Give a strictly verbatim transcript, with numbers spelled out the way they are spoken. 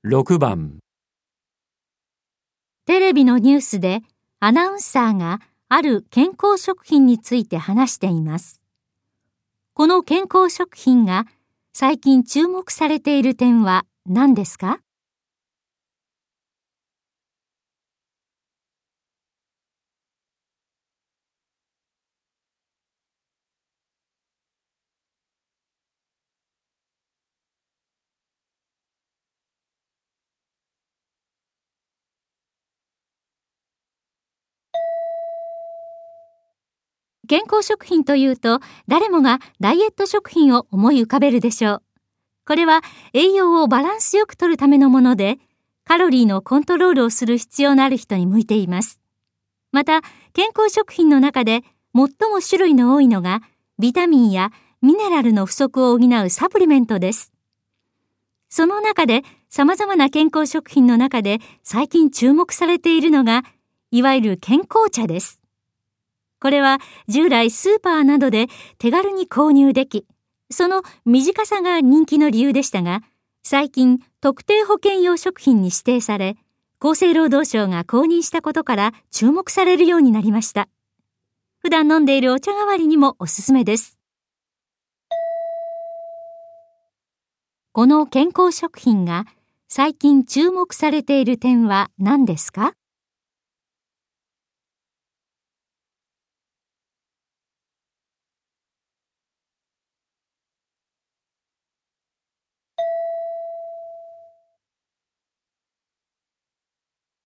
ろくばん、 テレビのニュースでアナウンサーがある健康食品について話しています。この健康食品が最近注目されている点は何ですか？健康食品というと誰もがダイエット食品を思い浮かべるでしょう。これは栄養をバランスよく摂るためのもので、カロリーのコントロールをする必要のある人に向いています。また、健康食品の中で最も種類の多いのがビタミンやミネラルの不足を補うサプリメントです。その中で様々な健康食品の中で最近注目されているのが、いわゆる健康茶です。これは従来スーパーなどで手軽に購入でき、その短さが人気の理由でしたが、最近特定保険用食品に指定され、厚生労働省が公認したことから注目されるようになりました。普段飲んでいるお茶代わりにもおすすめです。この健康食品が最近注目されている点は何ですか？